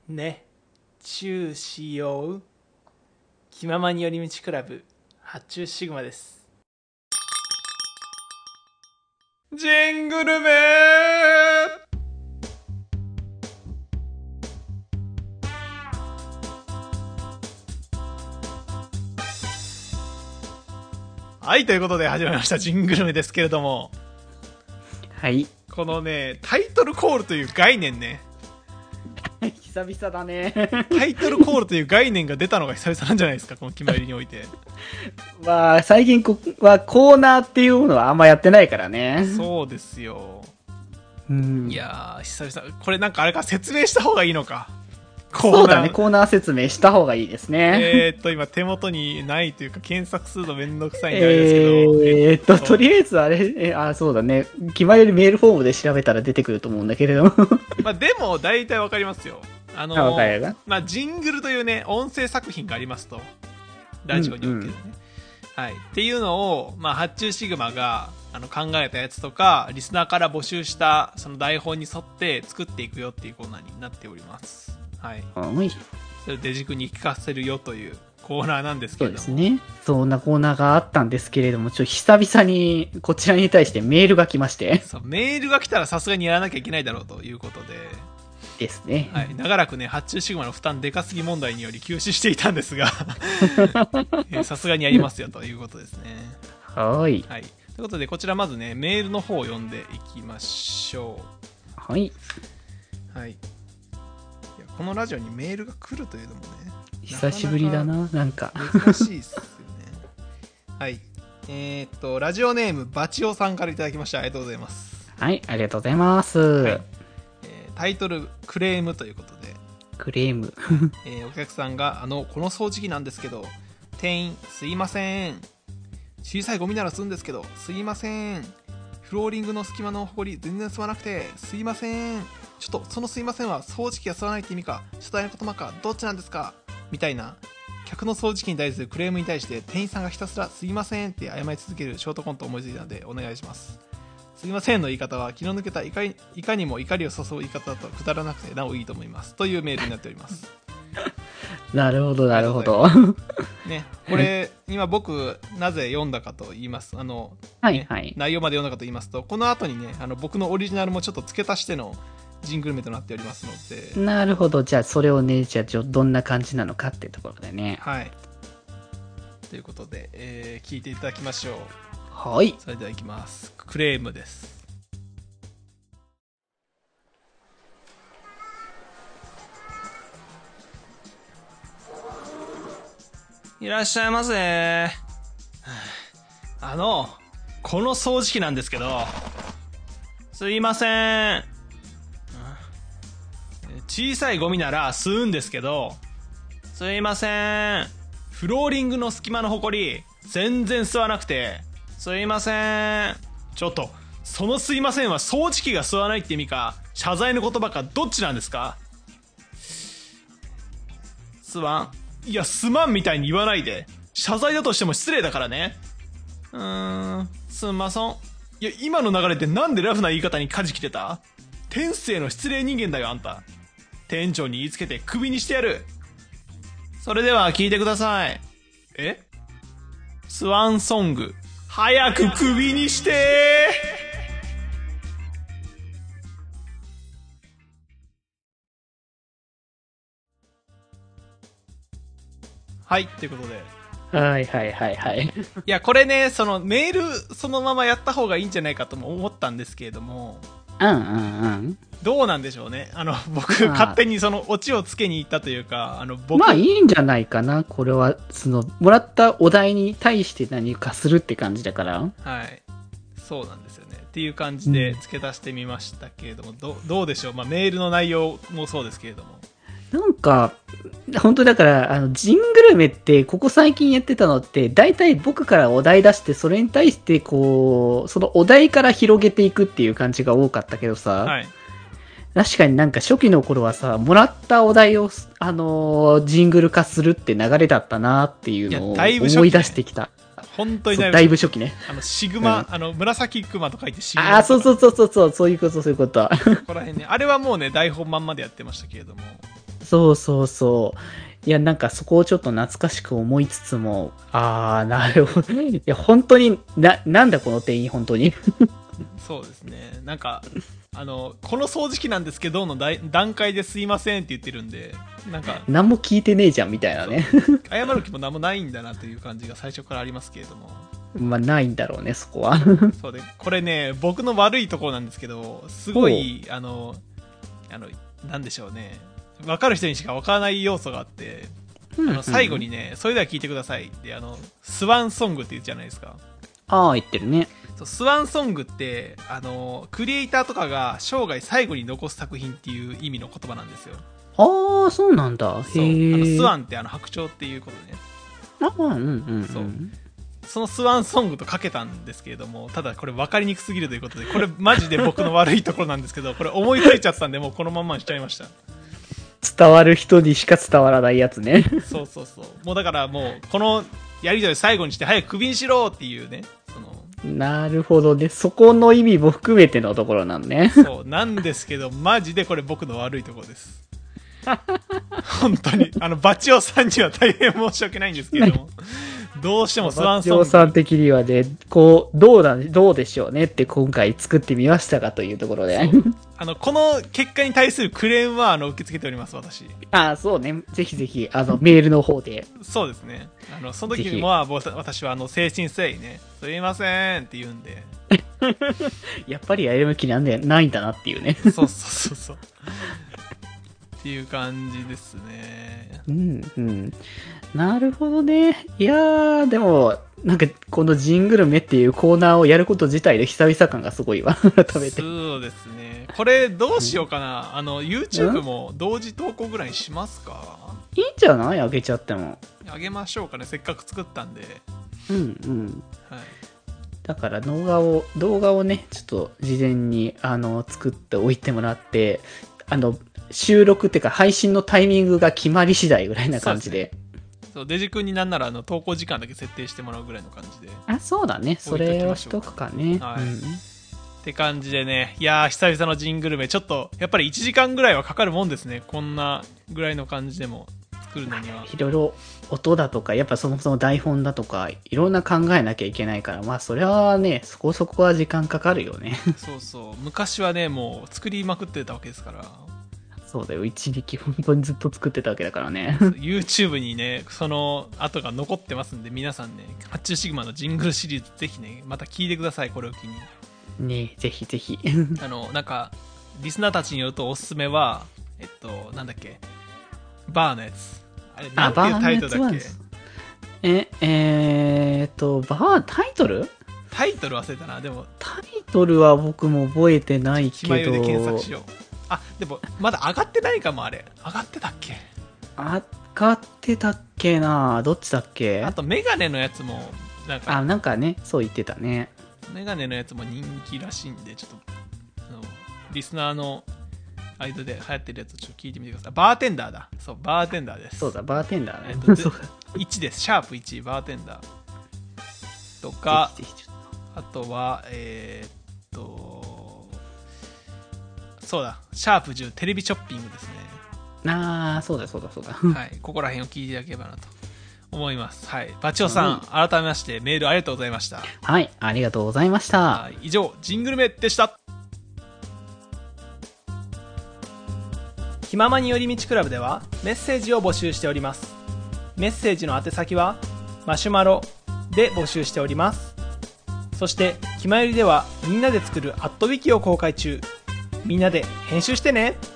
ね、チューしよう。気ままに寄り道クラブ発注シグマです。ジングルベー。はい、ということで始まりましたジングルメですけれども、 はい。 このね、タイトルコールという概念ね、 久々だね。 タイトルコールという概念が出たのが久々なんじゃないですか、この決まりにおいて。 まあ、最近はコーナーっていうのはあんまやってないからね。 そうですよ。 うん。 いやー、久々。これなんかあれか、説明した方がいいのか。 そうだね、コーナー説明した方がいいですね。 今手元にないというか、検索するのめんどくさいんであれですけど。 とりあえずあれ、そうだね。決まりメールフォームで調べたら出てくると思うんだけれども。 まあでも、大体わかりますよ。 わかるが。 まあ、ジングルというね、音声作品がありますと。ラジオにおけるね。はい。っていうのを、まあ、発注シグマが、考えたやつとか、リスナーから募集した、その台本に沿って作っていくよっていうコーナーになっております。はい。 はい。 それをデジ君に聞かせるよというコーナーなんですけそれども。 うですね。そんなコーナーがあったんですけれども、久々にこちらに対してメールが来まして。 そう、メールが来たらさすがにやらなきゃいけないだろうということで。 ですね。 はい。長らくね、発注シグマの負担でかすぎ問題により休止していたんですが、さすがにやりますよということですね。 はい。 はい。ということで、こちらまずね、メールの方を読んでいきましょはい。 う。はい。いや、このラジオにメールが来るというのもね、 久しぶりだな、なんか。 珍しいっすよね。はい。ラジオネーム、バチオさんからいただきました。ありがとうございます。 はい、ありがとうございます。はい、 タイトル、クレームということで。 クレーム。 お客さんが、この掃除機なんですけど、店員、すいません。小さいゴミなら吸うんですけど、すいません。フローリングの隙間のほこり全然吸わなくて、すいません。ちょっと、そのすいませんは掃除機が吸わないって意味か、謝罪の言葉か、どっちなんですかみたいな。客の掃除機に対するクレームに対して店員さんがひたすらすいませんって謝り続けるショートコントを思いついたのでお願いします。すいませんの言い方は気の抜けたいかにも怒りを誘う言い方だとくだらなくてなおいいと思いますというメールになっております。 なるほどなるほど。 ね、これ今僕なぜ読んだかと言いますはいはい、 内容まで読んだかと言いますと、この後にね僕のオリジナルもちょっと付け足してのジングルメとなっておりますので。 なるほど。じゃあそれをね、じゃあどんな感じなのかっていうところでね。 はい。ということで、聞いていただきましょう。 はい。 それではいきます。クレームです。いらっしゃいませ。この掃除機なんですけど、すいません。小さいゴミなら吸うんですけど、すいません。フローリングの隙間のほこり全然吸わなくて、すいません。ちょっと、そのすいませんは掃除機が吸わないって意味か、謝罪の言葉かどっちなんですか？すわん。いや、すまんみたいに言わないで。謝罪だとしても失礼だからね。すんまそん。いや、今の流れでなんでラフな言い方に舵切れた？天性の失礼人間だよ、あんた。店長に言いつけてクビにしてやる。それでは聞いてください。スワンソング。早くクビにしてはい、ということで。 はいはいはいはい。 いや、これね、そのメールそのままやった方がいいんじゃないかとも思ったんですけれども。 うんうんうん。 どうなんでしょうね。僕、勝手にそのオチをつけに行ったというか、 まあいいんじゃないかな。これは、もらったお題に対して何かするって感じだから。 はい。そうなんですよね。っていう感じで付け足してみましたけれども、どうでしょう。まあメールの内容もそうですけれども。 なんか、本当だから、ジングルメって、ここ最近やってたのって、大体僕からお題出して、それに対して、こう、そのお題から広げていくっていう感じが多かったけどさ、 はい。 確かになんか初期の頃はさ、もらったお題を、ジングル化するって流れだったなっていうのを思い出してきた。 本当にだいぶ初期ね。 シグマ、紫クマと書いてシグマ。 ああ、そういうこと。 ここら辺ね。あれはもうね、台本まんまでやってましたけれども。 そうそうそう。いや、なんかそこをちょっと懐かしく思いつつも、なるほど。いや、本当に、なんだこの店員、本当に。 そうですね。なんか、この掃除機なんですけどの段階ですいませんって言ってるんで、なんか、 何も聞いてねえじゃん、みたいなね。 謝る気も何もないんだなという感じが最初からありますけれども。 まあ、ないんだろうね、そこは。 そうで、これね、僕の悪いところなんですけど、すごい、なんでしょうね。分かる人にしか分からない要素があって、最後にね、それでは聞いてくださいって、スワンソングって言うじゃないですか。 言ってるね。 そうスワンソングって、クリエイターとかが生涯最後に残す作品っていう意味の言葉なんですよ。 そうなんだ。 そう。 へえ。 スワンって白鳥っていうことね。 うんうん。 そう。そのスワンソングとかけたんですけれども、ただこれ分かりにくすぎるということで、これマジで僕の悪いところなんですけど、これ思いついちゃったんで、もうこのまんまにしちゃいました。 伝わる人にしか伝わらないやつね。 そうそうそう。もうだからもう、このやりとり最後にして早くクビにしろっていうね、 なるほどね。そこの意味も含めてのところなんね。 そうなんですけど、マジでこれ僕の悪いところです。本当に。バチオさんには大変申し訳ないんですけれども、どうしてもスワンソング。 バチオさん的にはね、こう、どうでしょうねって今回作ってみましたかというところで。 この結果に対するクレームは受け付けております、私。 そうね。ぜひぜひ、メールの方で。 そうですね。その時にも私は誠心誠意ね、すいませんって言うんで。 やっぱり歩む気なんでないんだなっていうね。 そうそうそうそう。っていう感じですね。 なるほどね。いやー、でも、なんか、このジングルメっていうコーナーをやること自体で久々感がすごいわ。改めて。 そうですね。これどうしようかな。YouTube も同時投稿ぐらいしますか？ いいんじゃない？あげちゃっても。 あげましょうかね。せっかく作ったんで。はい。 だから動画をね、ちょっと事前に、作っておいてもらって、収録っていうか配信のタイミングが決まり次第ぐらいな感じで。 そう、デジ君になんなら投稿時間だけ設定してもらうぐらいの感じで。 そうだね。それをしとくかね。 はい。って感じでね、いやー、久々のジングルメ、ちょっと、やっぱり1時間ぐらいはかかるもんですね。こんなぐらいの感じでも作るのには。 いろいろ音だとか、やっぱそもそも台本だとか、いろんな考えなきゃいけないから、まあそれはね、そこそこは時間かかるよね。 そうそう。昔はね、もう作りまくってたわけですから。 そうだよ。一時期本当にずっと作ってたわけだからね。 YouTube にね、その後が残ってますんで、皆さんね、発注シグマのジングルシリーズぜひね、また聞いてください、これを機に。 ねえ、ぜひぜひ。 なんか、リスナーたちによるとおすすめは、なんだっけ、バーのやつ。あれ、なんていうタイトルだっけ？ タイトル？ タイトル忘れたな、でも。 タイトルは僕も覚えてないけど。 気前で検索しよう。でも、まだ上がってないかも、あれ。上がってたっけ？ 上がってたっけな？どっちだっけ？ あと、メガネのやつも、 なんかね、そう言ってたね。 メガネのやつも人気らしいんで、ちょっと、リスナーの間で流行ってるやつをちょっと聞いてみてください。バーテンダーだ。そう、バーテンダーです。 そうだ、バーテンダーね。 1です。シャープ1、バーテンダー。とか、あとは、そうだ、シャープ10、テレビショッピングですね。 そうだ。 はい、ここら辺を聞いていただければなと思います。はい。バチオさん、改めましてメールありがとうございました。 はい、ありがとうございました。 以上、ジングルメでした。気ままに寄り道クラブではメッセージを募集しております。メッセージの宛先はマシュマロで募集しております。そして気まよりではみんなで作るアットウィキを公開中。みんなで編集してね。